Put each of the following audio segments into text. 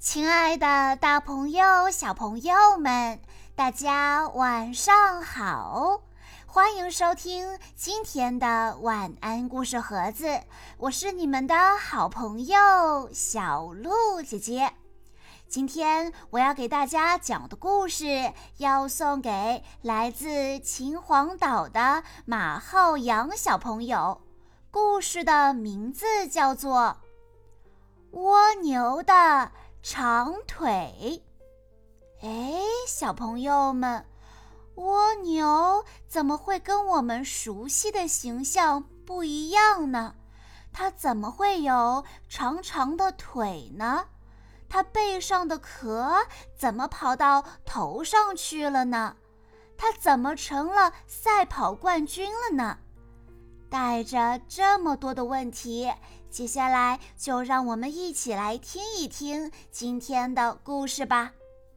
亲爱的大朋友、小朋友们，大家晚上好！欢迎收听今天的晚安故事盒子，我是你们的好朋友小鹿姐姐。今天我要给大家讲的故事要送给来自秦皇岛的马浩洋小朋友，故事的名字叫做蜗牛的长腿。小朋友们，蜗牛怎么会跟我们熟悉的形象不一样呢？它怎么会有长长的腿呢？它背上的壳怎么跑到头上去了呢？它怎么成了赛跑冠军了呢？带着这么多的问题，接下来就让我们一起来听一听今天的故事吧。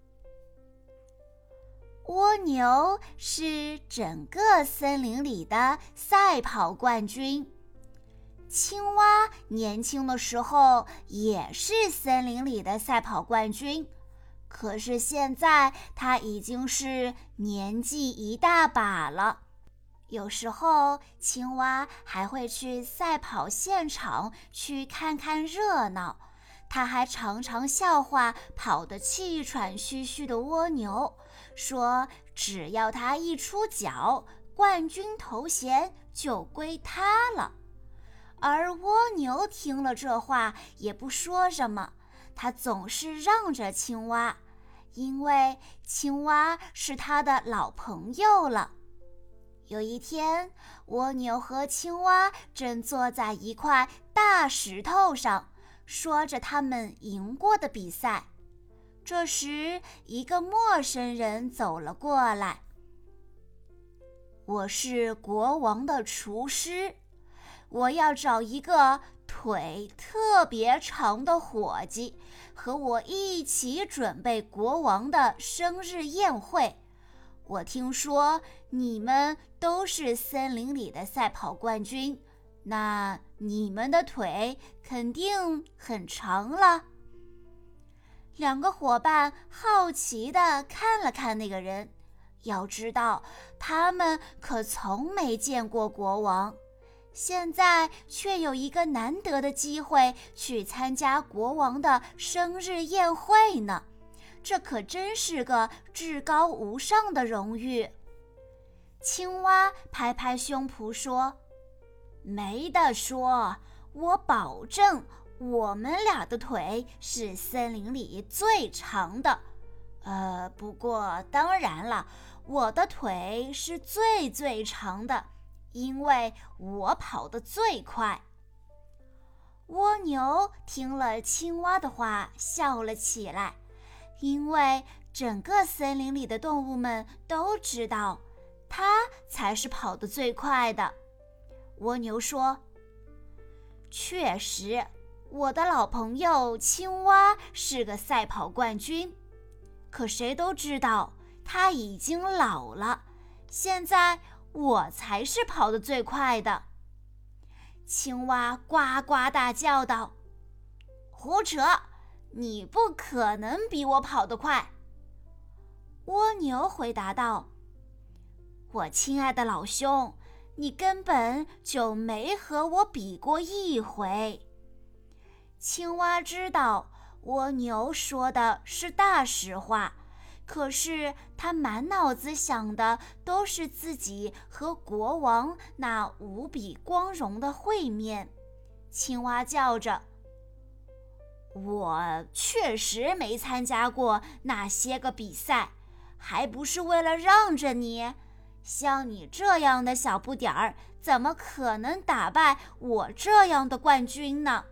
蜗牛是整个森林里的赛跑冠军，青蛙年轻的时候也是森林里的赛跑冠军，可是现在它已经是年纪一大把了。有时候青蛙还会去赛跑现场去看看热闹，它还常常笑话跑得气喘吁吁的蜗牛，说只要它一出脚，冠军头衔就归它了。而蜗牛听了这话也不说什么，它总是让着青蛙，因为青蛙是它的老朋友了。有一天，蜗牛和青蛙正坐在一块大石头上，说着他们赢过的比赛。这时，一个陌生人走了过来。我是国王的厨师，我要找一个腿特别长的伙计，和我一起准备国王的生日宴会。我听说你们都是森林里的赛跑冠军，那你们的腿肯定很长了。两个伙伴好奇地看了看那个人，要知道他们可从没见过国王，现在却有一个难得的机会去参加国王的生日宴会呢。这可真是个至高无上的荣誉。青蛙拍拍胸脯说，没得说，我保证我们俩的腿是森林里最长的。不过当然了，我的腿是最长的，因为我跑得最快。蜗牛听了青蛙的话，笑了起来，因为整个森林里的动物们都知道，它才是跑得最快的。蜗牛说，确实，我的老朋友青蛙是个赛跑冠军，可谁都知道他已经老了，现在我才是跑得最快的。青蛙呱呱大叫道，胡扯，你不可能比我跑得快。蜗牛回答道，我亲爱的老兄，你根本就没和我比过一回。青蛙知道蜗牛说的是大实话，可是他满脑子想的都是自己和国王那无比光荣的会面。青蛙叫着，我确实没参加过那些个比赛，还不是为了让着你？像你这样的小不点儿，怎么可能打败我这样的冠军呢？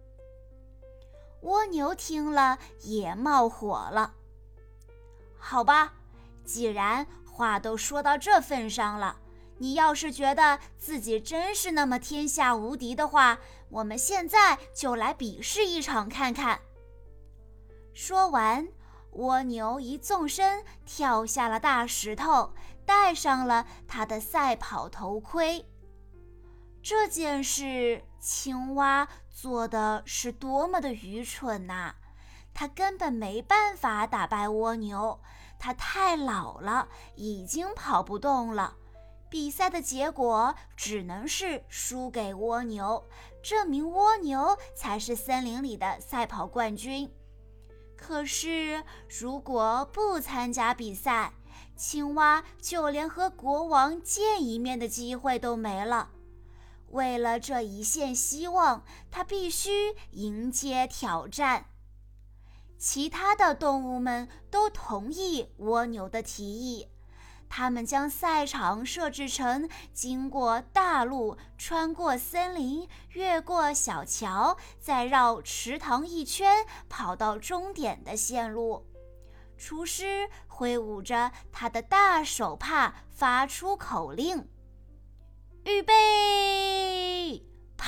蜗牛听了也冒火了。好吧，既然话都说到这份上了，你要是觉得自己真是那么天下无敌的话，我们现在就来比试一场看看。说完，蜗牛一纵身跳下了大石头，戴上了他的赛跑头盔。这件事青蛙做的是多么的愚蠢呐！ 他根本没办法打败蜗牛，他太老了，已经跑不动了。比赛的结果只能是输给蜗牛，证明蜗牛才是森林里的赛跑冠军。可是，如果不参加比赛，青蛙就连和国王见一面的机会都没了。为了这一线希望，它必须迎接挑战。其他的动物们都同意蜗牛的提议，他们将赛场设置成经过大路、穿过森林、越过小桥，再绕池塘一圈，跑到终点的线路。厨师挥舞着他的大手帕，发出口令：预备，跑！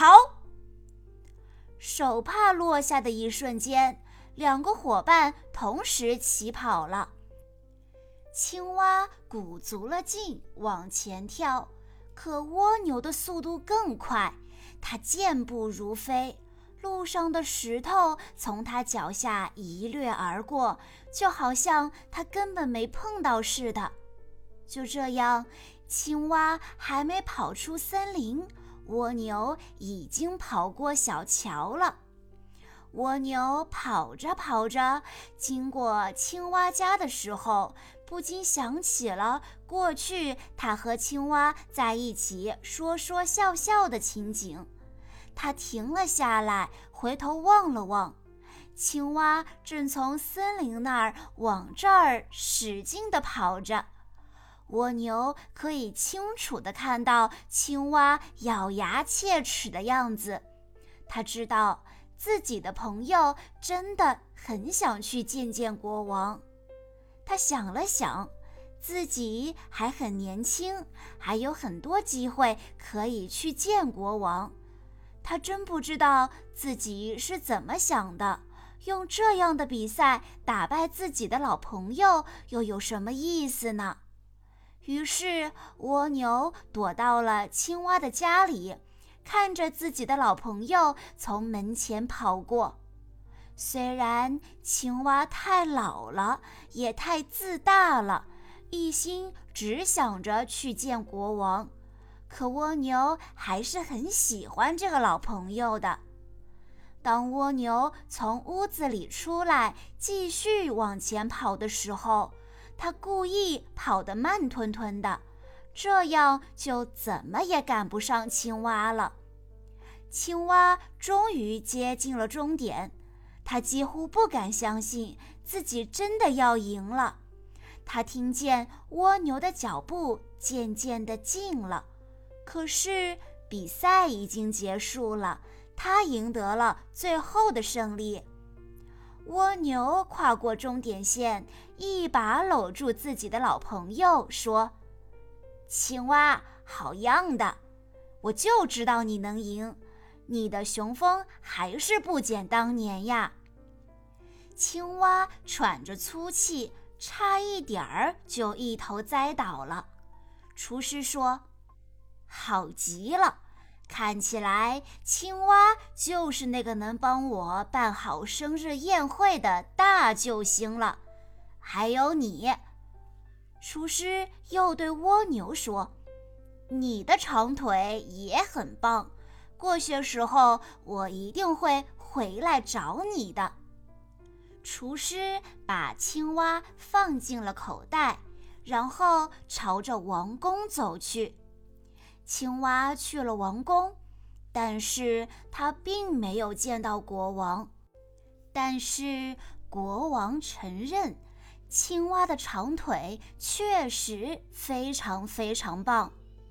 手帕落下的一瞬间，两个伙伴同时起跑了。青蛙鼓足了劲往前跳，可蜗牛的速度更快，它健步如飞，路上的石头从它脚下一掠而过，就好像它根本没碰到似的。就这样，青蛙还没跑出森林，蜗牛已经跑过小桥了。蜗牛跑着跑着，经过青蛙家的时候，不禁想起了过去它和青蛙在一起说说笑笑的情景。它停了下来，回头望了望，青蛙正从森林那儿往这儿使劲地跑着。蜗牛可以清楚地看到青蛙咬牙切齿的样子，它知道自己的朋友真的很想去见见国王。他想了想，自己还很年轻，还有很多机会可以去见国王。他真不知道自己是怎么想的，用这样的比赛打败自己的老朋友又有什么意思呢？于是蜗牛躲到了青蛙的家里，看着自己的老朋友从门前跑过。虽然青蛙太老了，也太自大了，一心只想着去见国王，可蜗牛还是很喜欢这个老朋友的。当蜗牛从屋子里出来，继续往前跑的时候，他故意跑得慢吞吞的，这样就怎么也赶不上青蛙了。青蛙终于接近了终点，他几乎不敢相信自己真的要赢了。他听见蜗牛的脚步渐渐地近了，可是比赛已经结束了，他赢得了最后的胜利。蜗牛跨过终点线，一把搂住自己的老朋友，说：青蛙，好样的，我就知道你能赢，你的雄风还是不减当年呀。青蛙喘着粗气，差一点儿就一头栽倒了。厨师说：好极了，看起来青蛙就是那个能帮我办好生日宴会的大救星了。还有你。厨师又对蜗牛说：你的长腿也很棒，过些时候我一定会回来找你的。厨师把青蛙放进了口袋，然后朝着王宫走去。青蛙去了王宫，但是他并没有见到国王。但是国王承认，青蛙的长腿确实非常非常棒，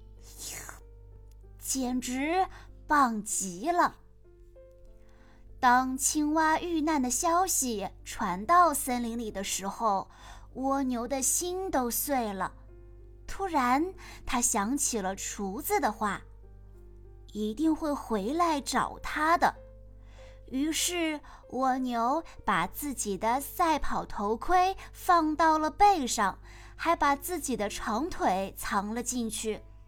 简直棒极了。当青蛙遇难的消息传到森林里的时候，蜗牛的心都碎了。突然，他想起了厨子的话，一定会回来找他的。于是，蜗牛把自己的赛跑头盔放到了背上，还把自己的长腿藏了进去。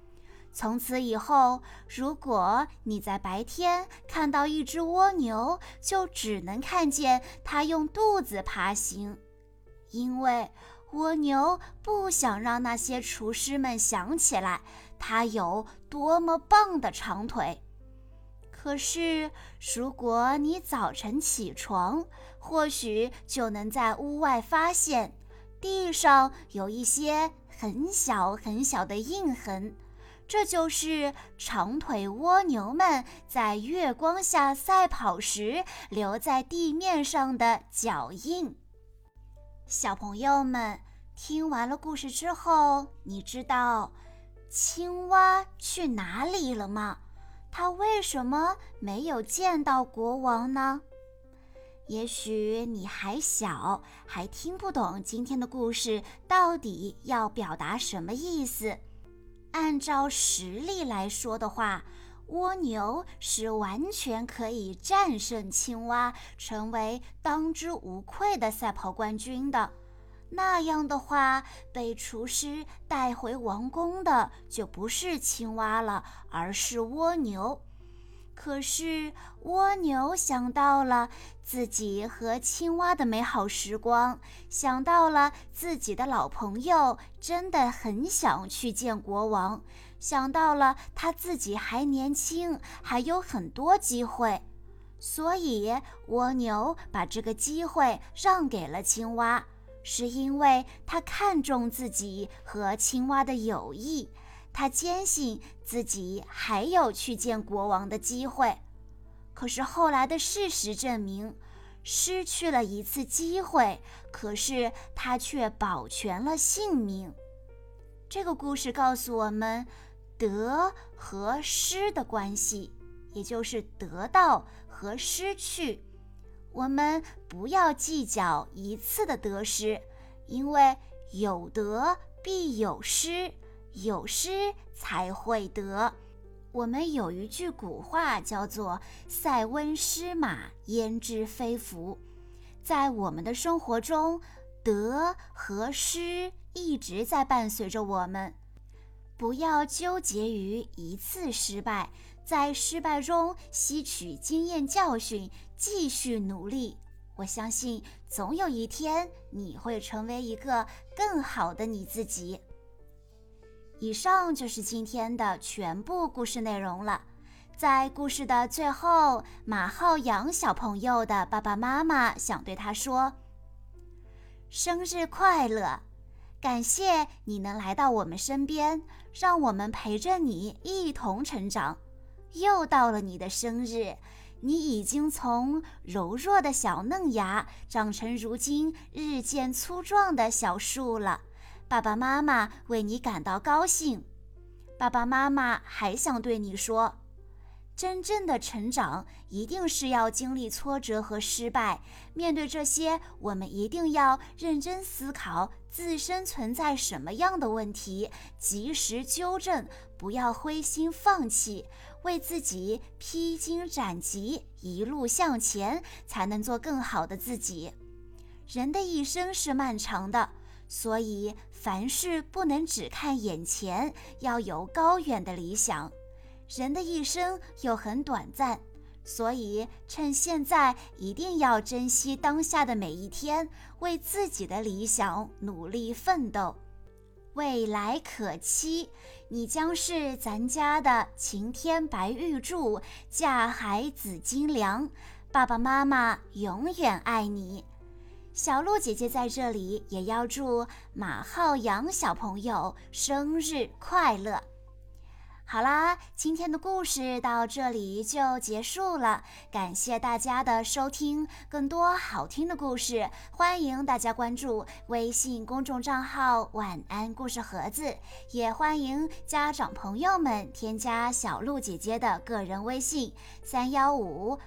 从此以后，如果你在白天看到一只蜗牛，就只能看见它用肚子爬行，因为蜗牛不想让那些厨师们想起来它有多么棒的长腿。可是，如果你早晨起床，或许就能在屋外发现，地上有一些很小很小的印痕，这就是长腿蜗牛们在月光下赛跑时留在地面上的脚印。小朋友们，听完了故事之后，你知道青蛙去哪里了吗？他为什么没有见到国王呢？也许你还小，还听不懂今天的故事到底要表达什么意思。按照实力来说的话，蜗牛是完全可以战胜青蛙，成为当之无愧的赛跑冠军的。那样的话，被厨师带回王宫的就不是青蛙了，而是蜗牛。可是蜗牛想到了自己和青蛙的美好时光，想到了自己的老朋友真的很想去见国王，想到了他自己还年轻，还有很多机会，所以蜗牛把这个机会让给了青蛙，是因为他看重自己和青蛙的友谊，他坚信自己还有去见国王的机会。可是后来的事实证明，失去了一次机会，可是他却保全了性命。这个故事告诉我们得和失的关系，也就是得到和失去。我们不要计较一次的得失，因为有得必有失，有失才会得。我们有一句古话叫做塞翁失马，焉知非福。在我们的生活中，得和失一直在伴随着我们。不要纠结于一次失败，在失败中吸取经验教训，继续努力。我相信总有一天你会成为一个更好的你自己。以上就是今天的全部故事内容了。在故事的最后，马浩洋小朋友的爸爸妈妈想对他说：生日快乐！感谢你能来到我们身边，让我们陪着你一同成长。又到了你的生日，你已经从柔弱的小嫩芽长成如今日渐粗壮的小树了。爸爸妈妈为你感到高兴。爸爸妈妈还想对你说，真正的成长一定是要经历挫折和失败，面对这些，我们一定要认真思考自身存在什么样的问题，及时纠正，不要灰心放弃，为自己披荆斩棘，一路向前，才能做更好的自己。人的一生是漫长的，所以凡事不能只看眼前，要有高远的理想。人的一生又很短暂，所以趁现在一定要珍惜当下的每一天，为自己的理想努力奋斗。未来可期，你将是咱家的晴天白玉柱，架海紫金梁。爸爸妈妈永远爱你。小鹿姐姐在这里也要祝马浩洋小朋友生日快乐。好啦，今天的故事到这里就结束了，感谢大家的收听。更多好听的故事，欢迎大家关注微信公众账号晚安故事盒子，也欢迎家长朋友们添加小鹿姐姐的个人微信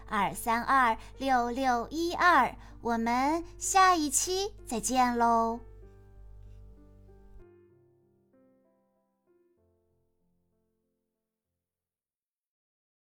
315-232-6612。我们下一期再见喽。